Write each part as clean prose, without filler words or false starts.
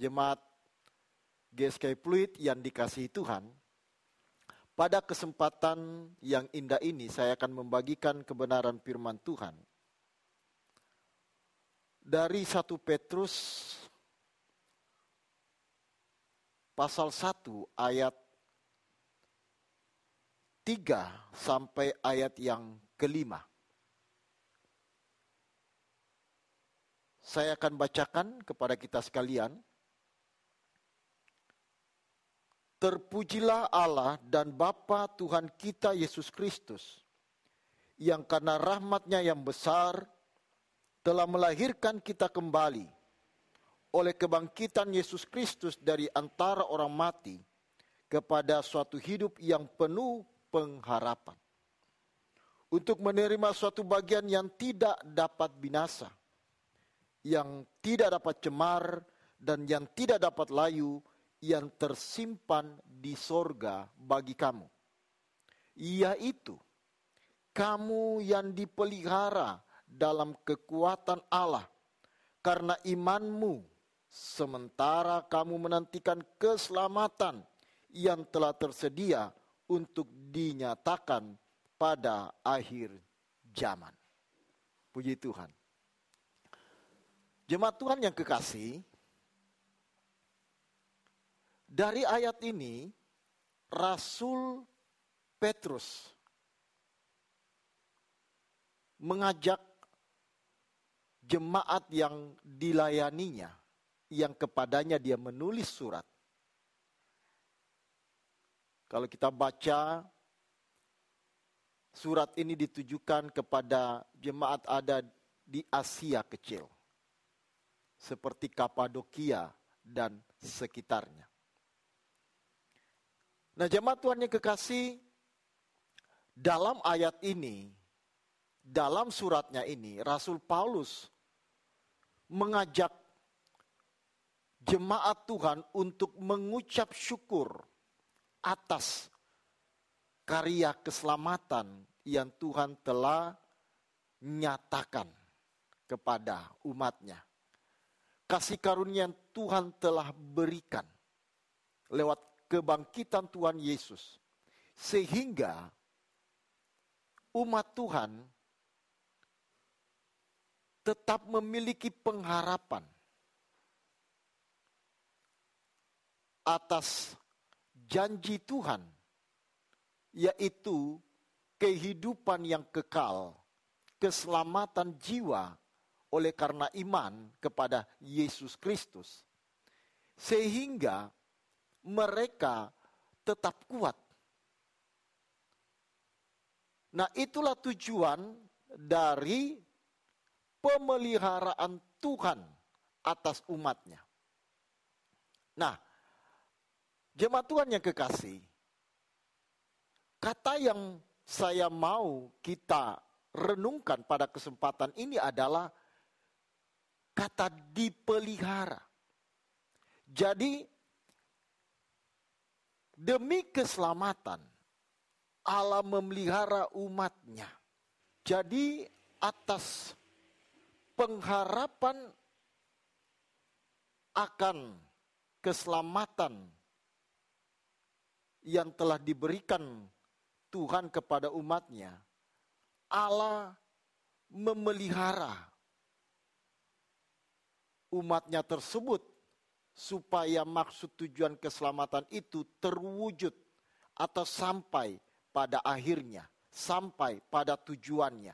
jemaat GSK Pluit yang dikasihi Tuhan, pada kesempatan yang indah ini saya akan membagikan kebenaran firman Tuhan dari 1 Petrus pasal 1 ayat 3 sampai ayat yang ke-5. Saya akan bacakan kepada kita sekalian. Terpujilah Allah dan Bapa Tuhan kita Yesus Kristus, yang karena rahmat-Nya yang besar telah melahirkan kita kembali oleh kebangkitan Yesus Kristus dari antara orang mati kepada suatu hidup yang penuh pengharapan, untuk menerima suatu bagian yang tidak dapat binasa, yang tidak dapat cemar, dan yang tidak dapat layu, yang tersimpan di sorga bagi kamu, yaitu kamu yang dipelihara dalam kekuatan Allah karena imanmu, sementara kamu menantikan keselamatan yang telah tersedia untuk dinyatakan pada akhir zaman. Puji Tuhan. Jemaat Tuhan yang kekasih, dari ayat ini Rasul Petrus mengajak jemaat yang dilayaninya, yang kepadanya dia menulis surat. Kalau kita baca, surat ini ditujukan kepada jemaat ada di Asia Kecil, seperti Kapadokia dan sekitarnya. Nah, jemaat Tuhan yang kekasih, dalam ayat ini, dalam suratnya ini, Rasul Paulus mengajak jemaat Tuhan untuk mengucap syukur atas karya keselamatan yang Tuhan telah nyatakan kepada umat-Nya. Kasih karunia yang Tuhan telah berikan lewat kebangkitan Tuhan Yesus, sehingga umat Tuhan tetap memiliki pengharapan atas janji Tuhan, yaitu kehidupan yang kekal, keselamatan jiwa oleh karena iman kepada Yesus Kristus, sehingga mereka tetap kuat. Nah, itulah tujuan dari pemeliharaan Tuhan atas umat-Nya. Nah, jemaat Tuhan yang kekasih, kata yang saya mau kita renungkan pada kesempatan ini adalah kata dipelihara. Jadi, demi keselamatan, Allah memelihara umat-Nya. Jadi atas pengharapan akan keselamatan yang telah diberikan Tuhan kepada umat-Nya, Allah memelihara umat-Nya tersebut supaya maksud tujuan keselamatan itu terwujud atau sampai pada akhirnya, sampai pada tujuannya.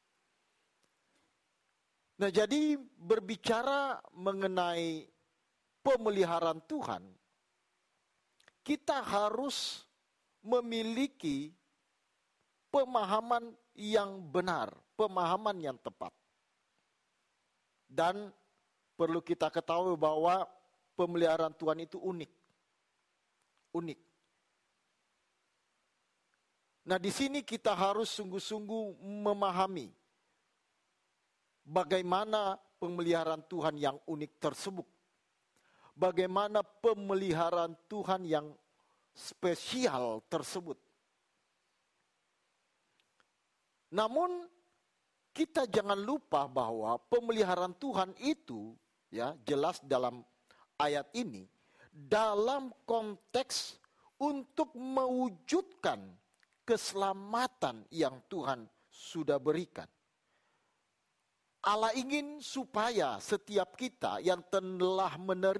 Nah, jadi berbicara mengenai pemeliharaan Tuhan, kita harus memiliki pemahaman yang benar, pemahaman yang tepat. Dan perlu kita ketahui bahwa pemeliharaan Tuhan itu unik. Unik. Nah, di sini kita harus sungguh-sungguh memahami bagaimana pemeliharaan Tuhan yang unik tersebut. Bagaimana pemeliharaan Tuhan yang spesial tersebut. Namun kita jangan lupa bahwa pemeliharaan Tuhan itu ya jelas dalam ayat ini dalam konteks untuk mewujudkan keselamatan yang Tuhan sudah berikan. Allah ingin supaya setiap kita yang telah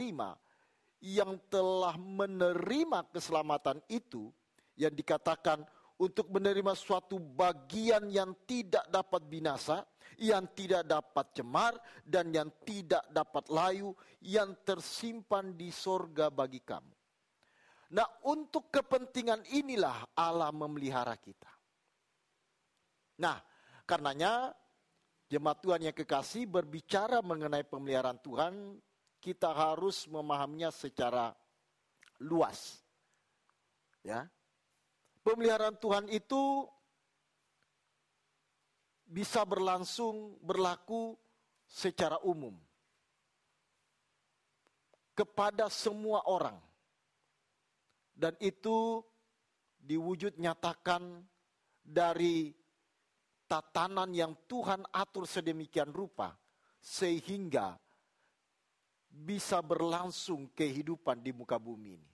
menerima keselamatan itu, yang dikatakan untuk menerima suatu bagian yang tidak dapat binasa, yang tidak dapat cemar, dan yang tidak dapat layu, yang tersimpan di sorga bagi kamu. Nah, untuk kepentingan inilah Allah memelihara kita. Nah, karenanya jemaat Tuhan yang kekasih, berbicara mengenai pemeliharaan Tuhan, kita harus memahaminya secara luas. Ya. Pemeliharaan Tuhan itu bisa berlaku secara umum kepada semua orang. Dan itu diwujud nyatakan dari tatanan yang Tuhan atur sedemikian rupa sehingga bisa berlangsung kehidupan di muka bumi ini.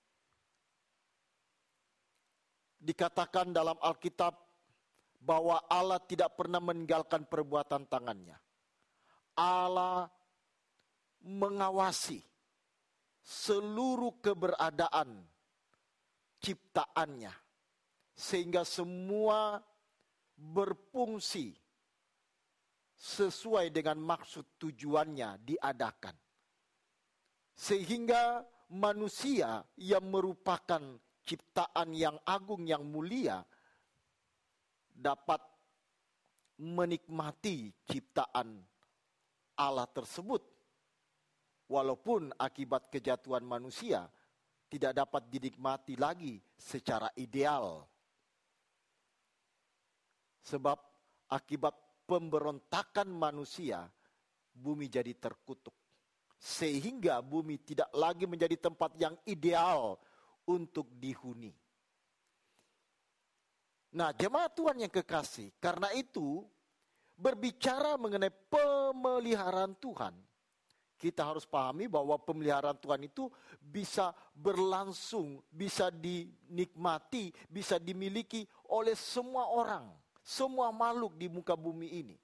Dikatakan dalam Alkitab bahwa Allah tidak pernah meninggalkan perbuatan tangannya. Allah mengawasi seluruh keberadaan ciptaannya sehingga semua berfungsi sesuai dengan maksud tujuannya diadakan. Sehingga manusia yang merupakan ciptaan yang agung, yang mulia, dapat menikmati ciptaan Allah tersebut. Walaupun akibat kejatuhan manusia tidak dapat dinikmati lagi secara ideal. Sebab akibat pemberontakan manusia, bumi jadi terkutuk. Sehingga bumi tidak lagi menjadi tempat yang ideal untuk dihuni. Nah, jemaat Tuhan yang kekasih, karena itu berbicara mengenai pemeliharaan Tuhan, kita harus pahami bahwa pemeliharaan Tuhan itu bisa berlangsung, bisa dinikmati, bisa dimiliki oleh semua orang, semua makhluk di muka bumi ini.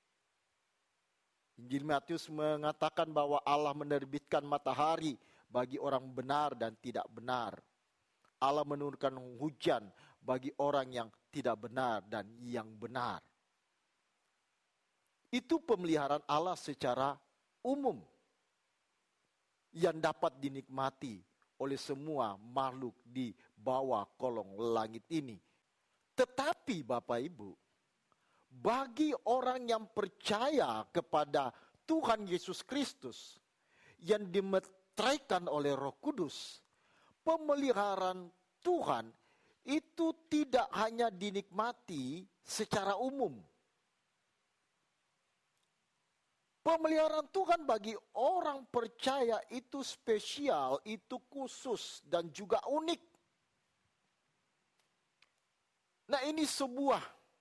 Injil Matius mengatakan bahwa Allah menerbitkan matahari bagi orang benar dan tidak benar. Allah menurunkan hujan bagi orang yang tidak benar dan yang benar. Itu pemeliharaan Allah secara umum yang dapat dinikmati oleh semua makhluk di bawah kolong langit ini. Tetapi Bapak Ibu, bagi orang yang percaya kepada Tuhan Yesus Kristus yang dimeteraikan oleh Roh Kudus, pemeliharaan Tuhan itu tidak hanya dinikmati secara umum. Pemeliharaan Tuhan bagi orang percaya itu spesial, itu khusus dan juga unik. Nah, ini sebuah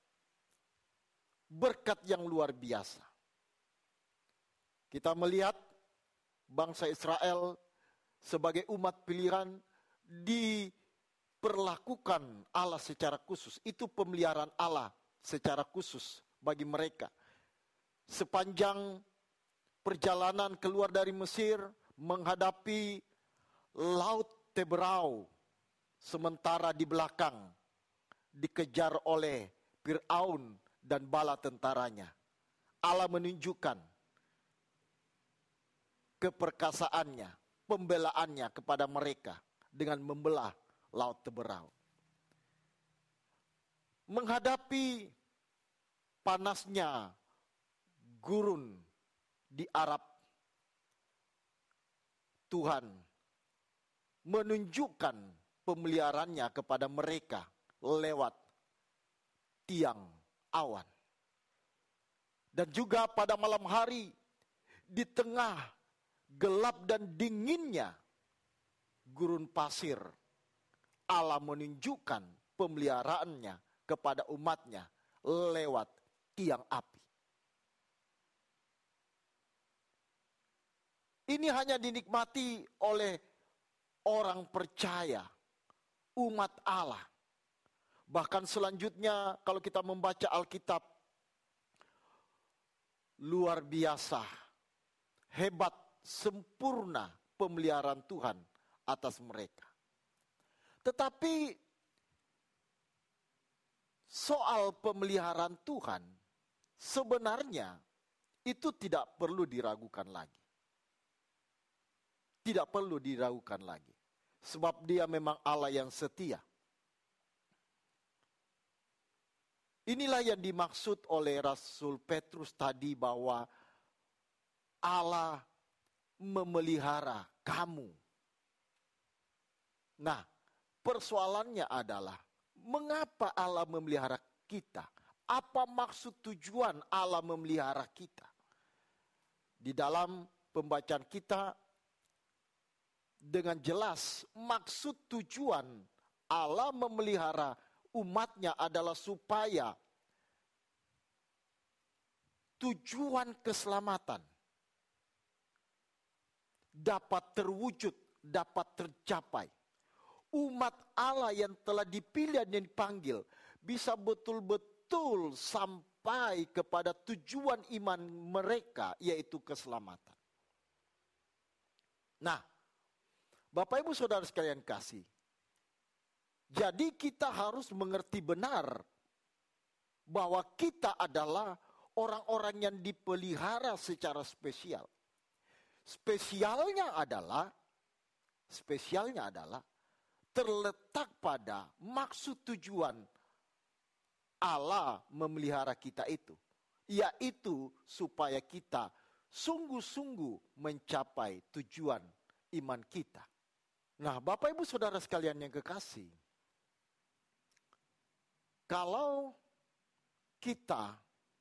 berkat yang luar biasa. Kita melihat bangsa Israel sebagai umat pilihan diperlakukan Allah secara khusus. Itu pemeliharaan Allah secara khusus bagi mereka. Sepanjang perjalanan keluar dari Mesir menghadapi Laut Teberau, sementara di belakang dikejar oleh Fir'aun dan bala tentaranya. Allah menunjukkan keperkasaannya, pembelaannya kepada mereka dengan membelah Laut Teberau. Menghadapi panasnya gurun di Arab, Tuhan menunjukkan pemeliharaannya kepada mereka lewat tiang awan. Dan juga pada malam hari, di tengah gelap dan dinginnya gurun pasir, Allah menunjukkan pemeliharaannya kepada umatnya lewat tiang api. Ini hanya dinikmati oleh orang percaya, umat Allah. Bahkan selanjutnya kalau kita membaca Alkitab, luar biasa, hebat, sempurna pemeliharaan Tuhan atas mereka. Tetapi soal pemeliharaan Tuhan sebenarnya itu tidak perlu diragukan lagi. Tidak perlu diragukan lagi. Sebab Dia memang Allah yang setia. Inilah yang dimaksud oleh Rasul Petrus tadi, bahwa Allah memelihara kamu. Nah, persoalannya adalah mengapa Allah memelihara kita? Apa maksud tujuan Allah memelihara kita? Di dalam pembacaan kita dengan jelas maksud tujuan Allah memelihara umatnya adalah supaya tujuan keselamatan dapat terwujud, dapat tercapai. Umat Allah yang telah dipilih dan dipanggil bisa betul-betul sampai kepada tujuan iman mereka, yaitu keselamatan. Nah, Bapak Ibu Saudara sekalian kasih, jadi kita harus mengerti benar bahwa kita adalah orang-orang yang dipelihara secara spesial. Spesialnya adalah terletak pada maksud tujuan Allah memelihara kita itu, yaitu supaya kita sungguh-sungguh mencapai tujuan iman kita. Nah, Bapak Ibu Saudara sekalian yang kekasih, kalau kita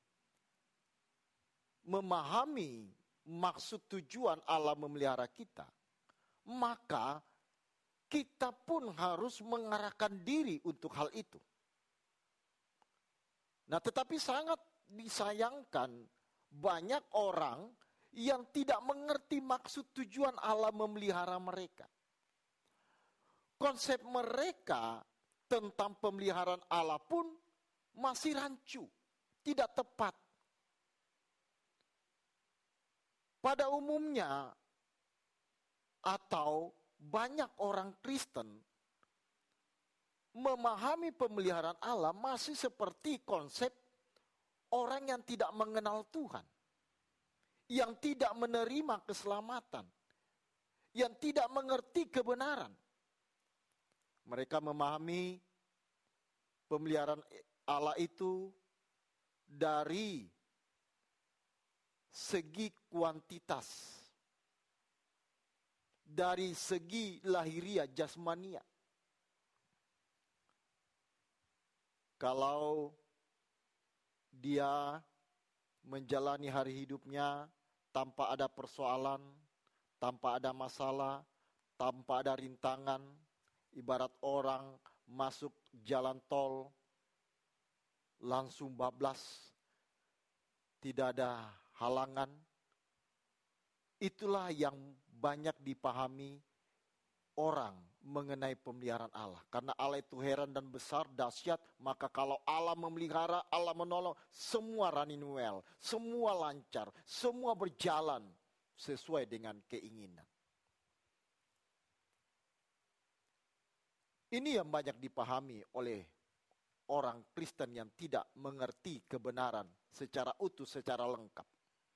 memahami maksud tujuan Allah memelihara kita, maka kita pun harus mengarahkan diri untuk hal itu. Nah, tetapi sangat disayangkan banyak orang yang tidak mengerti maksud tujuan Allah memelihara mereka. Konsep mereka tentang pemeliharaan Allah pun masih rancu, tidak tepat. Pada umumnya, atau banyak orang Kristen memahami pemeliharaan Allah masih seperti konsep orang yang tidak mengenal Tuhan, yang tidak menerima keselamatan, yang tidak mengerti kebenaran. Mereka memahami pemeliharaan Allah itu dari segi kuantitas, dari segi lahiriah jasmania. Kalau dia menjalani hari hidupnya tanpa ada persoalan, tanpa ada masalah, tanpa ada rintangan, ibarat orang masuk jalan tol langsung bablas, tidak ada halangan. Itulah yang banyak dipahami orang mengenai pemeliharaan Allah. Karena Allah itu heran dan besar, dahsyat, maka kalau Allah memelihara, Allah menolong, semua running well, semua lancar, semua berjalan sesuai dengan keinginan. Ini yang banyak dipahami oleh orang Kristen yang tidak mengerti kebenaran secara utuh, secara lengkap.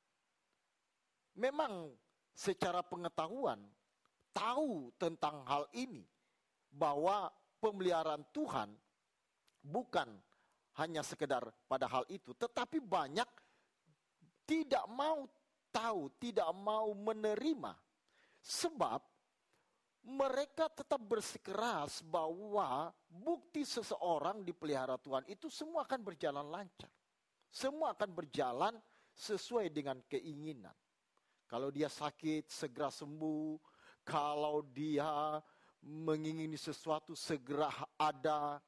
Memang secara pengetahuan tahu tentang hal ini, bahwa pemeliharaan Tuhan bukan hanya sekedar pada hal itu, tetapi banyak tidak mau tahu, tidak mau menerima, sebab mereka tetap bersikeras bahwa bukti seseorang dipelihara Tuhan itu semua akan berjalan lancar, semua akan berjalan sesuai dengan keinginan. Kalau dia sakit segera sembuh, kalau dia mengingini sesuatu segera ada,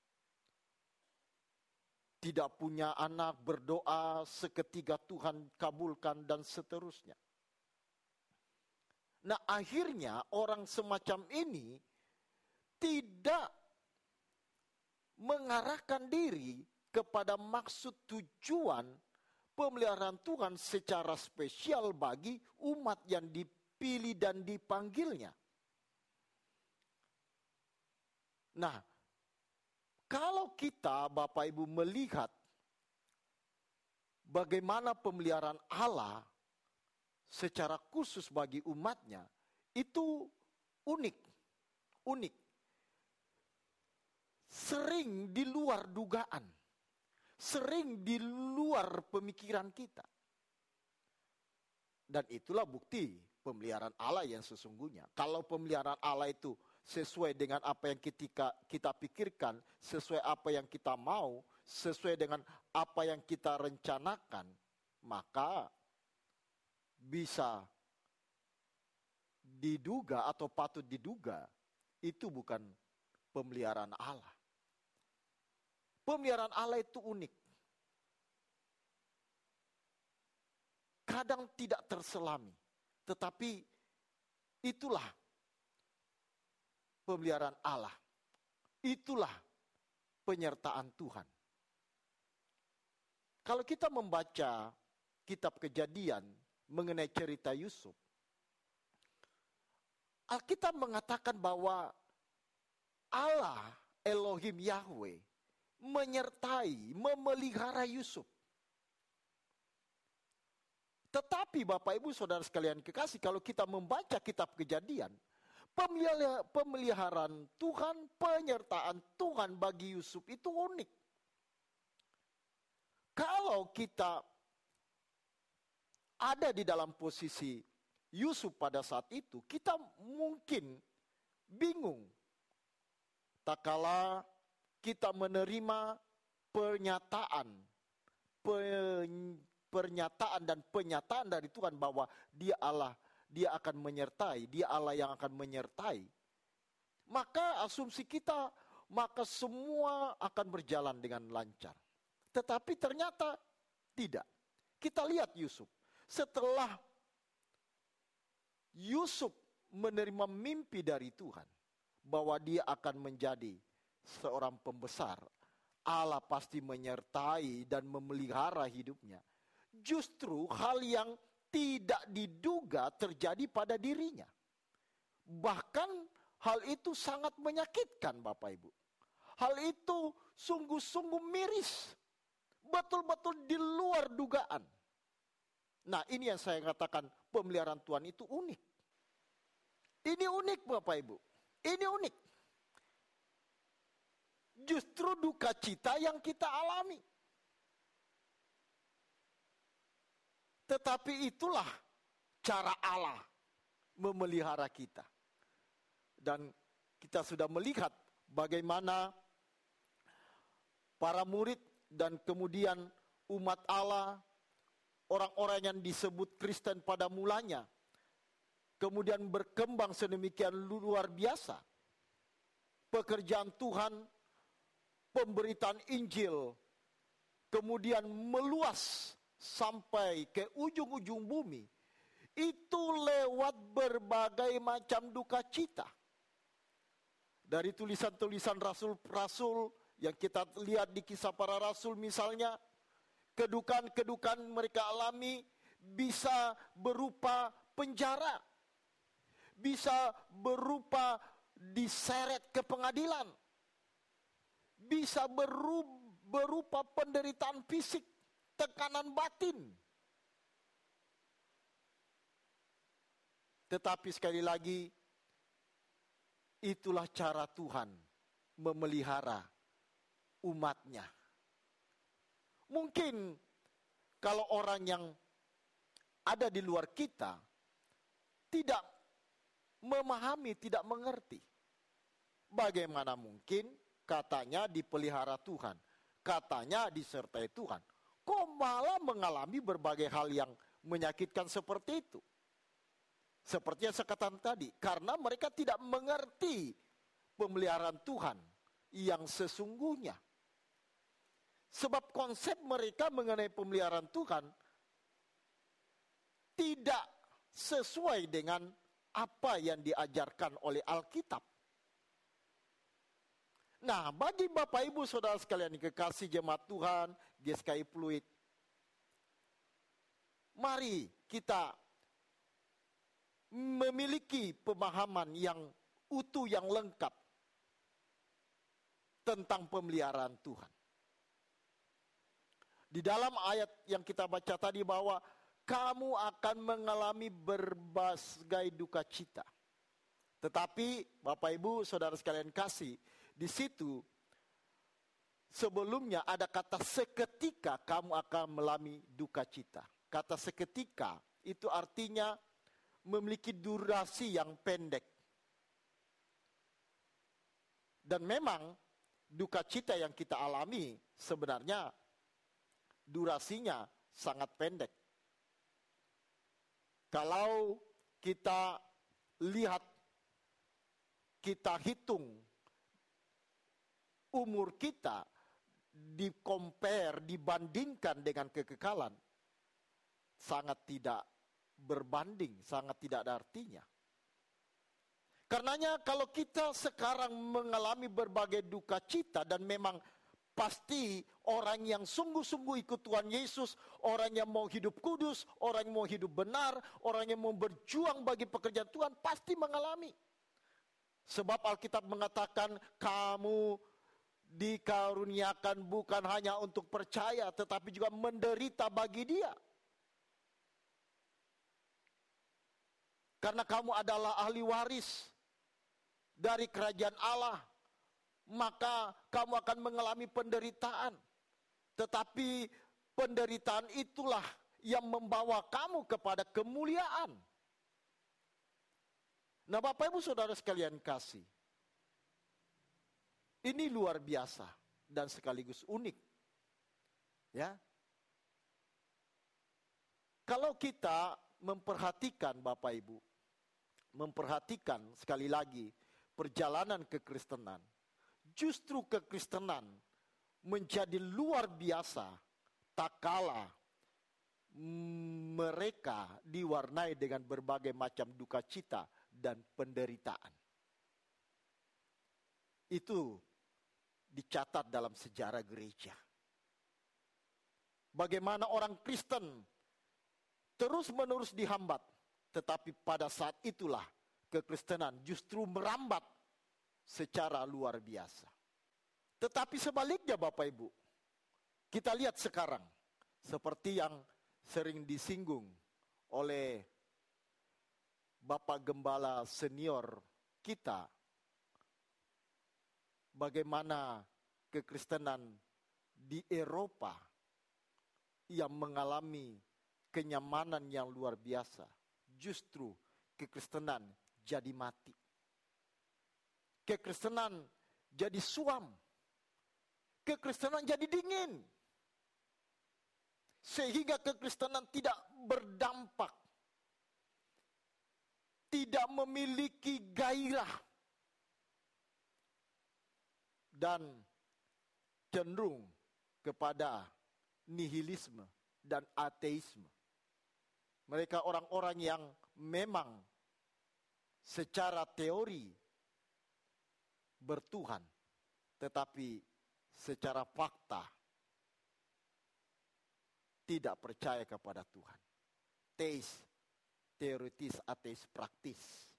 tidak punya anak berdoa seketika Tuhan kabulkan, dan seterusnya. Nah, akhirnya orang semacam ini tidak mengarahkan diri kepada maksud tujuan pemeliharaan Tuhan secara spesial bagi umat yang dipilih dan dipanggilnya. Nah, kalau kita Bapak Ibu melihat bagaimana pemeliharaan Allah secara khusus bagi umatnya, itu unik. Sering di luar dugaan. Sering di luar pemikiran kita. Dan itulah bukti pemeliharaan Allah yang sesungguhnya. Kalau pemeliharaan Allah itu sesuai dengan apa yang kita pikirkan, sesuai apa yang kita mau, sesuai dengan apa yang kita rencanakan, maka bisa diduga atau patut diduga itu bukan pemeliharaan Allah. Pemeliharaan Allah itu unik. Kadang tidak terselami, tetapi itulah pemeliharaan Allah. Itulah penyertaan Tuhan. Kalau kita membaca kitab Kejadian mengenai cerita Yusuf, Alkitab mengatakan bahwa Allah Elohim Yahweh menyertai, memelihara Yusuf. Tetapi Bapak Ibu Saudara sekalian kekasih, kalau kita membaca kitab Kejadian, pemeliharaan Tuhan, penyertaan Tuhan bagi Yusuf itu unik. Kalau kita ada di dalam posisi Yusuf pada saat itu, kita mungkin bingung. Tak kala kita menerima pernyataan dan penyataan dari Tuhan bahwa Dia Allah, Dia akan menyertai, Dia Allah yang akan menyertai. Maka asumsi kita, maka semua akan berjalan dengan lancar. Tetapi ternyata tidak. Kita lihat Yusuf. Setelah Yusuf menerima mimpi dari Tuhan bahwa dia akan menjadi seorang pembesar, Allah pasti menyertai dan memelihara hidupnya. Justru hal yang tidak diduga terjadi pada dirinya. Bahkan hal itu sangat menyakitkan Bapak Ibu. Hal itu sungguh-sungguh miris. Betul-betul di luar dugaan. Nah, ini yang saya katakan pemeliharaan Tuhan itu unik. Ini unik Bapak Ibu. Ini unik. Justru duka cita yang kita alami. Tetapi itulah cara Allah memelihara kita. Dan kita sudah melihat bagaimana para murid dan kemudian umat Allah, orang-orang yang disebut Kristen pada mulanya, kemudian berkembang sedemikian luar biasa. Pekerjaan Tuhan, pemberitaan Injil, kemudian meluas sampai ke ujung-ujung bumi. Itu lewat berbagai macam duka cita. Dari tulisan-tulisan rasul-rasul yang kita lihat di Kisah Para Rasul misalnya, kedukaan-kedukaan mereka alami bisa berupa penjara, bisa berupa diseret ke pengadilan, bisa berupa penderitaan fisik, tekanan batin. Tetapi sekali lagi, itulah cara Tuhan memelihara umatnya. Mungkin kalau orang yang ada di luar kita tidak memahami, tidak mengerti. Bagaimana mungkin katanya dipelihara Tuhan, katanya disertai Tuhan, kok malah mengalami berbagai hal yang menyakitkan seperti itu? Seperti yang saya katakan tadi, karena mereka tidak mengerti pemeliharaan Tuhan yang sesungguhnya. Sebab konsep mereka mengenai pemeliharaan Tuhan tidak sesuai dengan apa yang diajarkan oleh Alkitab. Nah, bagi Bapak Ibu Saudara sekalian yang kekasih jemaat Tuhan, GSKI Pluit, mari kita memiliki pemahaman yang utuh, yang lengkap tentang pemeliharaan Tuhan. Di dalam ayat yang kita baca tadi bahwa kamu akan mengalami berbagai duka cita. Tetapi Bapak Ibu Saudara sekalian kasih, di situ sebelumnya ada kata seketika kamu akan mengalami duka cita. Kata seketika itu artinya memiliki durasi yang pendek. Dan memang duka cita yang kita alami sebenarnya durasinya sangat pendek. Kalau kita lihat, kita hitung umur kita, dibandingkan dengan kekekalan, sangat tidak berbanding, sangat tidak ada artinya. Karenanya kalau kita sekarang mengalami berbagai duka cita, dan memang pasti orang yang sungguh-sungguh ikut Tuhan Yesus, orang yang mau hidup kudus, orang yang mau hidup benar, orang yang mau berjuang bagi pekerjaan Tuhan, pasti mengalami. Sebab Alkitab mengatakan kamu dikaruniakan bukan hanya untuk percaya, tetapi juga menderita bagi Dia. Karena kamu adalah ahli waris dari kerajaan Allah, maka kamu akan mengalami penderitaan. Tetapi penderitaan itulah yang membawa kamu kepada kemuliaan. Nah, Bapak Ibu Saudara sekalian kasih, ini luar biasa dan sekaligus unik. Ya. Kalau kita memperhatikan Bapak Ibu, memperhatikan sekali lagi perjalanan kekristenan, justru kekristenan menjadi luar biasa tak kala mereka diwarnai dengan berbagai macam duka cita dan penderitaan. Itu dicatat dalam sejarah gereja. Bagaimana orang Kristen terus-menerus dihambat, tetapi pada saat itulah kekristenan justru merambat secara luar biasa. Tetapi sebaliknya Bapak Ibu, kita lihat sekarang seperti yang sering disinggung oleh Bapak Gembala senior kita, bagaimana kekristenan di Eropa yang mengalami kenyamanan yang luar biasa, justru kekristenan jadi mati. Kekristenan jadi suam. Kekristenan jadi dingin. Sehingga kekristenan tidak berdampak, tidak memiliki gairah, dan cenderung kepada nihilisme dan ateisme. Mereka orang-orang yang memang secara teori bertuhan, tetapi secara fakta tidak percaya kepada Tuhan. Teis, teoritis, ateis, praktis.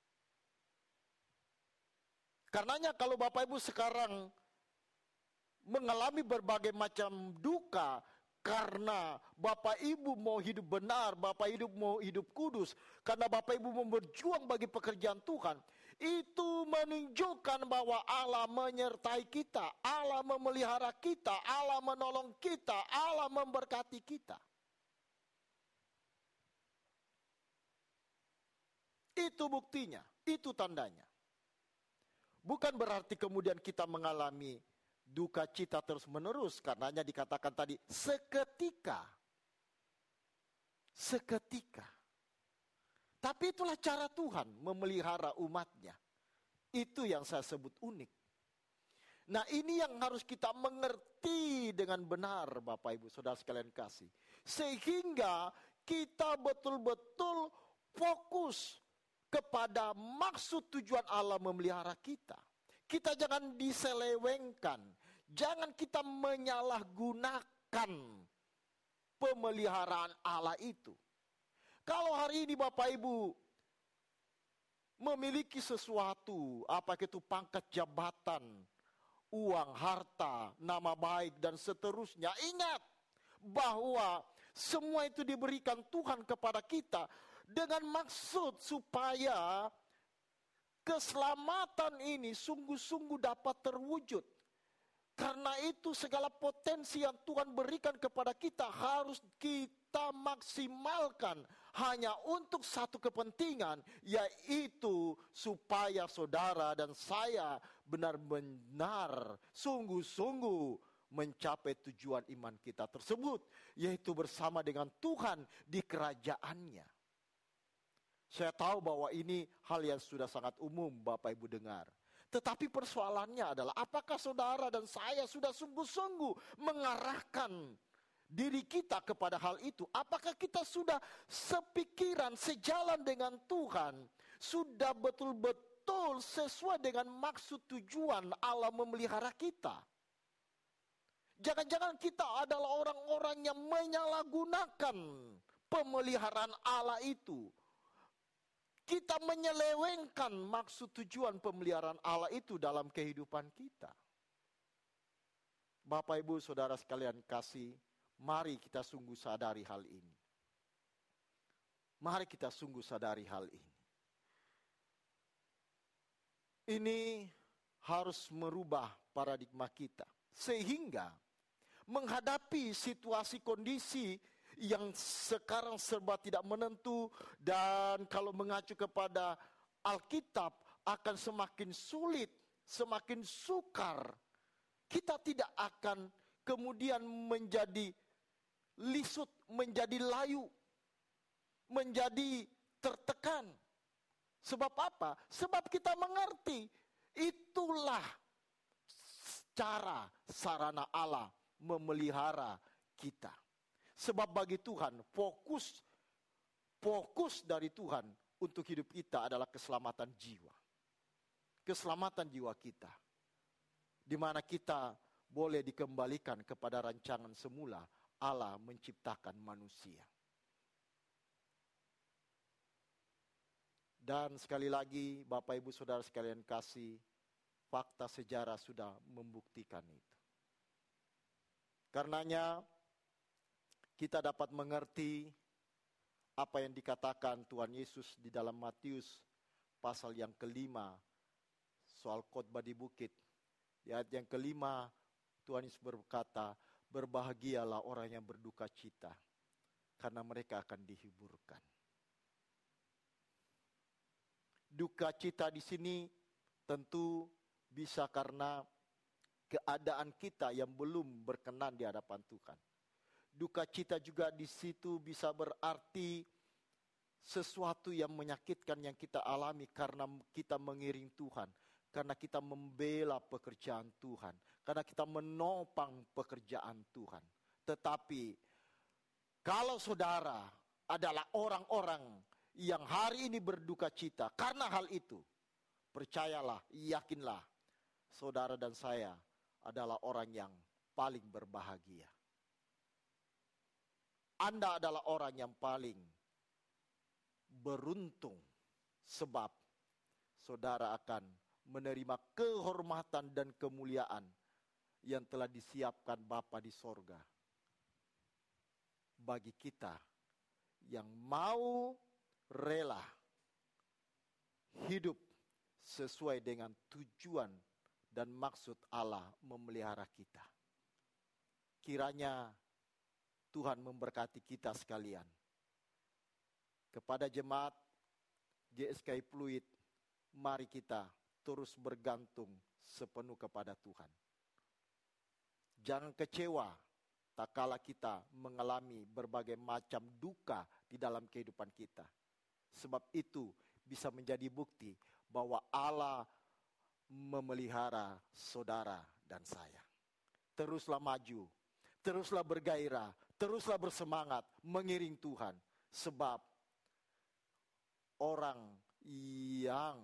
Karenanya kalau Bapak Ibu sekarang mengalami berbagai macam duka karena Bapak Ibu mau hidup benar, Bapak Ibu mau hidup kudus, karena Bapak Ibu mau berjuang bagi pekerjaan Tuhan, itu menunjukkan bahwa Allah menyertai kita, Allah memelihara kita, Allah menolong kita, Allah memberkati kita. Itu buktinya, itu tandanya. Bukan berarti kemudian kita mengalami duka cita terus menerus, karenanya dikatakan tadi seketika. Seketika. Tapi itulah cara Tuhan memelihara umatnya. Itu yang saya sebut unik. Nah, ini yang harus kita mengerti dengan benar Bapak Ibu Saudara sekalian kasih. Sehingga kita betul-betul fokus kepada maksud tujuan Allah memelihara kita. Kita jangan diselewengkan. Jangan kita menyalahgunakan pemeliharaan Allah itu. Kalau hari ini Bapak Ibu memiliki sesuatu, apakah itu pangkat jabatan, uang, harta, nama baik, dan seterusnya, ingat bahwa semua itu diberikan Tuhan kepada kita dengan maksud supaya keselamatan ini sungguh-sungguh dapat terwujud. Karena itu segala potensi yang Tuhan berikan kepada kita harus kita maksimalkan hanya untuk satu kepentingan, yaitu supaya saudara dan saya benar-benar sungguh-sungguh mencapai tujuan iman kita tersebut, yaitu bersama dengan Tuhan di kerajaannya. Saya tahu bahwa ini hal yang sudah sangat umum Bapak Ibu dengar. Tetapi persoalannya adalah apakah saudara dan saya sudah sungguh-sungguh mengarahkan diri kita kepada hal itu? Apakah kita sudah sepikiran, sejalan dengan Tuhan? Sudah betul-betul sesuai dengan maksud tujuan Allah memelihara kita? Jangan-jangan kita adalah orang-orang yang menyalahgunakan pemeliharaan Allah itu. Kita menyelewengkan maksud tujuan pemeliharaan Allah itu dalam kehidupan kita. Bapak Ibu Saudara sekalian kasih, mari kita sungguh sadari hal ini. Mari kita sungguh sadari hal ini. Ini harus merubah paradigma kita. Sehingga menghadapi situasi kondisi yang sekarang serba tidak menentu, dan kalau mengacu kepada Alkitab akan semakin sulit, semakin sukar. Kita tidak akan kemudian menjadi lisut, menjadi layu, menjadi tertekan. Sebab apa? Sebab kita mengerti itulah cara sarana Allah memelihara kita. Sebab bagi Tuhan, fokus dari Tuhan untuk hidup kita adalah keselamatan jiwa. Keselamatan jiwa kita. Di mana kita boleh dikembalikan kepada rancangan semula Allah menciptakan manusia. Dan sekali lagi Bapak Ibu Saudara sekalian kasih, fakta sejarah sudah membuktikan itu. Karenanya kita dapat mengerti apa yang dikatakan Tuhan Yesus di dalam Matius pasal yang ke-5 soal khotbah di bukit. Di ayat yang ke-5 Tuhan Yesus berkata, berbahagialah orang yang berduka cita karena mereka akan dihiburkan. Duka cita di sini tentu bisa karena keadaan kita yang belum berkenan di hadapan Tuhan. Duka cita juga di situ bisa berarti sesuatu yang menyakitkan yang kita alami karena kita mengiring Tuhan, karena kita membela pekerjaan Tuhan, karena kita menopang pekerjaan Tuhan. Tetapi kalau saudara adalah orang-orang yang hari ini berduka cita karena hal itu, percayalah, yakinlah, saudara dan saya adalah orang yang paling berbahagia. Anda adalah orang yang paling beruntung sebab saudara akan menerima kehormatan dan kemuliaan yang telah disiapkan Bapa di sorga bagi kita yang mau rela hidup sesuai dengan tujuan dan maksud Allah memelihara kita. Kiranya Tuhan memberkati kita sekalian. Kepada jemaat GSKI Pluit, mari kita terus bergantung sepenuh kepada Tuhan. Jangan kecewa tak kala kita mengalami berbagai macam duka di dalam kehidupan kita. Sebab itu bisa menjadi bukti bahwa Allah memelihara saudara dan saya. Teruslah maju, teruslah bergairah, teruslah bersemangat mengiring Tuhan. Sebab orang yang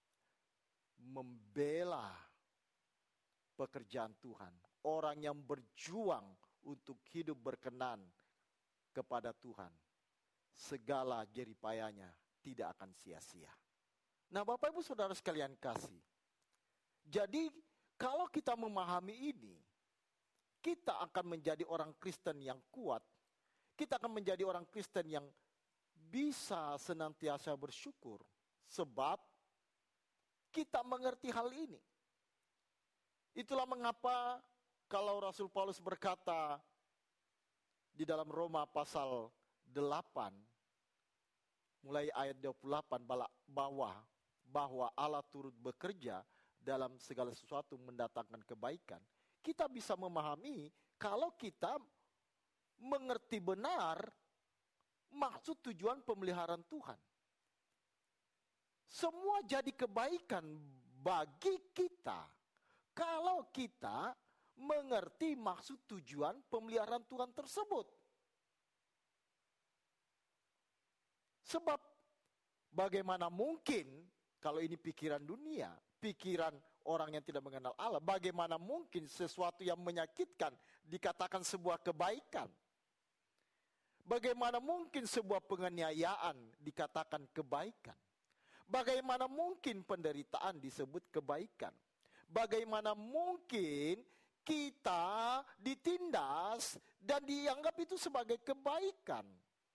membela pekerjaan Tuhan, orang yang berjuang untuk hidup berkenan kepada Tuhan, segala jeripayanya tidak akan sia-sia. Nah, Bapak Ibu Saudara sekalian kasih, jadi kalau kita memahami ini, kita akan menjadi orang Kristen yang kuat, kita akan menjadi orang Kristen yang bisa senantiasa bersyukur, sebab kita mengerti hal ini. Itulah mengapa kalau Rasul Paulus berkata di dalam Roma pasal 8, mulai ayat 28 bahwa Allah turut bekerja dalam segala sesuatu mendatangkan kebaikan. Kita bisa memahami kalau kita mengerti benar maksud tujuan pemeliharaan Tuhan. Semua jadi kebaikan bagi kita kalau kita mengerti maksud tujuan pemeliharaan Tuhan tersebut. Sebab bagaimana mungkin kalau ini pikiran dunia, pikiran orang yang tidak mengenal Allah, bagaimana mungkin sesuatu yang menyakitkan dikatakan sebuah kebaikan? Bagaimana mungkin sebuah penganiayaan dikatakan kebaikan? Bagaimana mungkin penderitaan disebut kebaikan? Bagaimana mungkin kita ditindas dan dianggap itu sebagai kebaikan?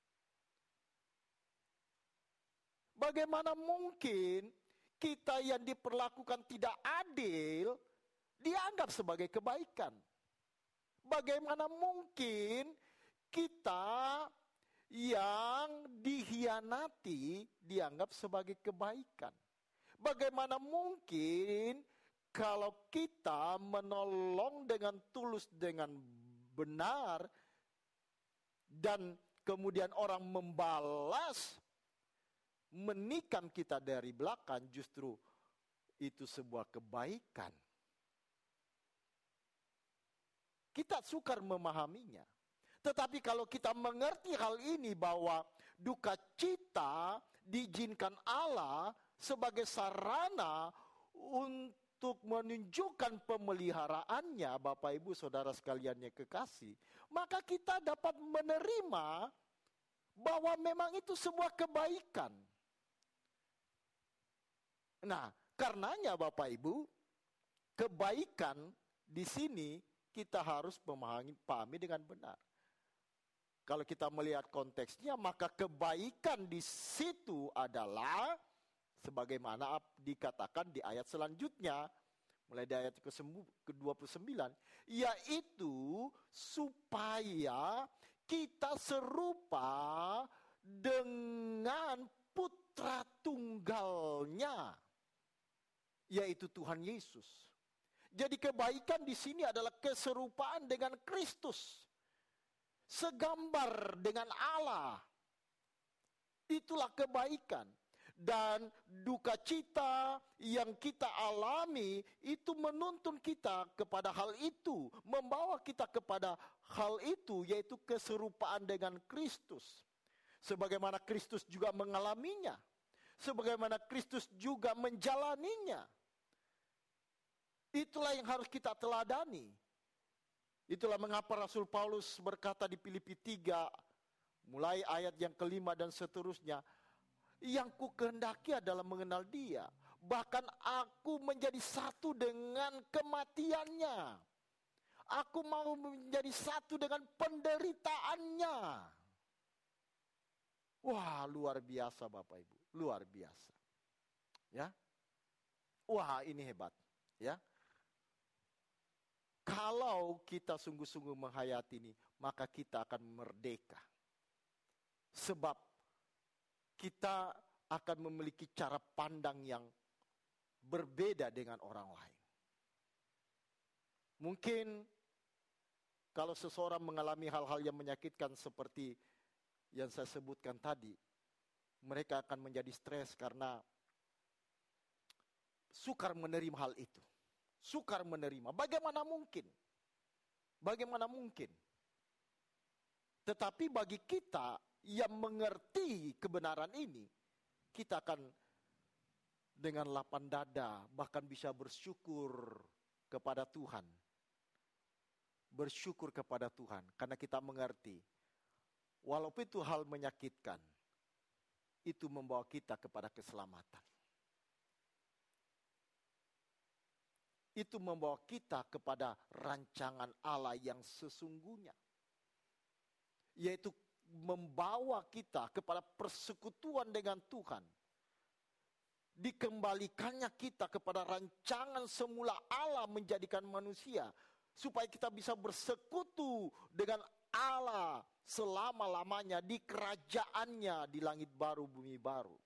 Bagaimana mungkin kita yang diperlakukan tidak adil dianggap sebagai kebaikan? Bagaimana mungkin kita yang dikhianati dianggap sebagai kebaikan? Bagaimana mungkin kalau kita menolong dengan tulus, dengan benar, dan kemudian orang membalas menikam kita dari belakang, justru itu sebuah kebaikan? Kita sukar memahaminya. Tetapi kalau kita mengerti hal ini, bahwa duka cita diizinkan Allah sebagai sarana untuk menunjukkan pemeliharaannya, Bapak Ibu Saudara sekalian yang kekasih, maka kita dapat menerima bahwa memang itu sebuah kebaikan. Nah, karenanya Bapak Ibu, kebaikan di sini kita harus pahami dengan benar. Kalau kita melihat konteksnya, maka kebaikan di situ adalah sebagaimana dikatakan di ayat selanjutnya, mulai dari ayat ke-29, yaitu supaya kita serupa dengan putra tunggalnya, yaitu Tuhan Yesus. Jadi kebaikan di sini adalah keserupaan dengan Kristus, segambar dengan Allah. Itulah kebaikan. Dan duka cita yang kita alami itu menuntun kita kepada hal itu, membawa kita kepada hal itu, yaitu keserupaan dengan Kristus. Sebagaimana Kristus juga mengalaminya, sebagaimana Kristus juga menjalaninya. Itulah yang harus kita teladani. Itulah mengapa Rasul Paulus berkata di Filipi 3, mulai ayat yang ke-5 dan seterusnya, yang ku kehendaki adalah mengenal Dia, bahkan aku menjadi satu dengan kematiannya. Aku mau menjadi satu dengan penderitaannya. Wah, luar biasa Bapak Ibu, luar biasa. Ya. Wah, ini hebat, ya. Kalau kita sungguh-sungguh menghayati ini, maka kita akan merdeka. Sebab kita akan memiliki cara pandang yang berbeda dengan orang lain. Mungkin kalau seseorang mengalami hal-hal yang menyakitkan seperti yang saya sebutkan tadi, mereka akan menjadi stres karena sukar menerima hal itu. Sukar menerima. Bagaimana mungkin? Bagaimana mungkin? Tetapi bagi kita yang mengerti kebenaran ini, kita akan dengan lapang dada, bahkan bisa bersyukur kepada Tuhan. Bersyukur kepada Tuhan, karena kita mengerti, walaupun itu hal menyakitkan, itu membawa kita kepada keselamatan. Itu membawa kita kepada rancangan Allah yang sesungguhnya, yaitu membawa kita kepada persekutuan dengan Tuhan. Dikembalikannya kita kepada rancangan semula Allah menjadikan manusia, supaya kita bisa bersekutu dengan Allah selama-lamanya di kerajaannya di langit baru, bumi baru.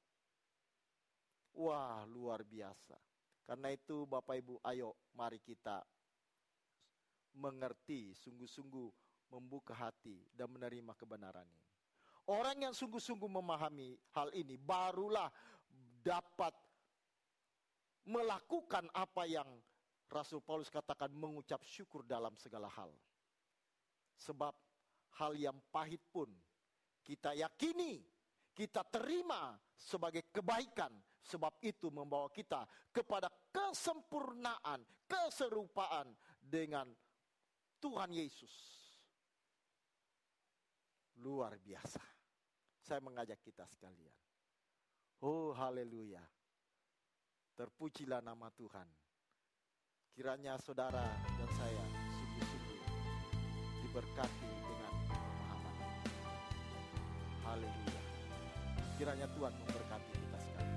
Wah, luar biasa. Karena itu Bapak Ibu, ayo mari kita mengerti, sungguh-sungguh membuka hati dan menerima kebenaran ini. Orang yang sungguh-sungguh memahami hal ini barulah dapat melakukan apa yang Rasul Paulus katakan, mengucap syukur dalam segala hal. Sebab hal yang pahit pun kita yakini, kita terima sebagai kebaikan. Sebab itu membawa kita kepada kesempurnaan, keserupaan dengan Tuhan Yesus. Luar biasa. Saya mengajak kita sekalian. Oh, haleluya. Terpujilah nama Tuhan. Kiranya saudara dan saya sungguh-sungguh diberkati dengan pemahaman. Haleluya. Kiranya Tuhan memberkati kita sekalian.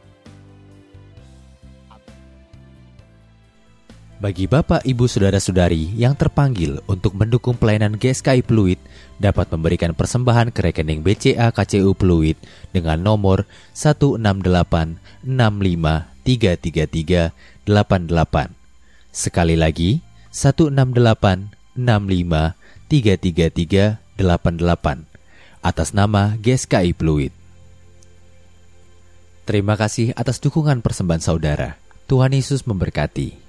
Bagi Bapak, Ibu, Saudara-saudari yang terpanggil untuk mendukung pelayanan GSKI Pluit dapat memberikan persembahan ke rekening BCA KCU Pluit dengan nomor 1686533388. Sekali lagi, 1686533388 atas nama GSKI Pluit. Terima kasih atas dukungan persembahan saudara. Tuhan Yesus memberkati.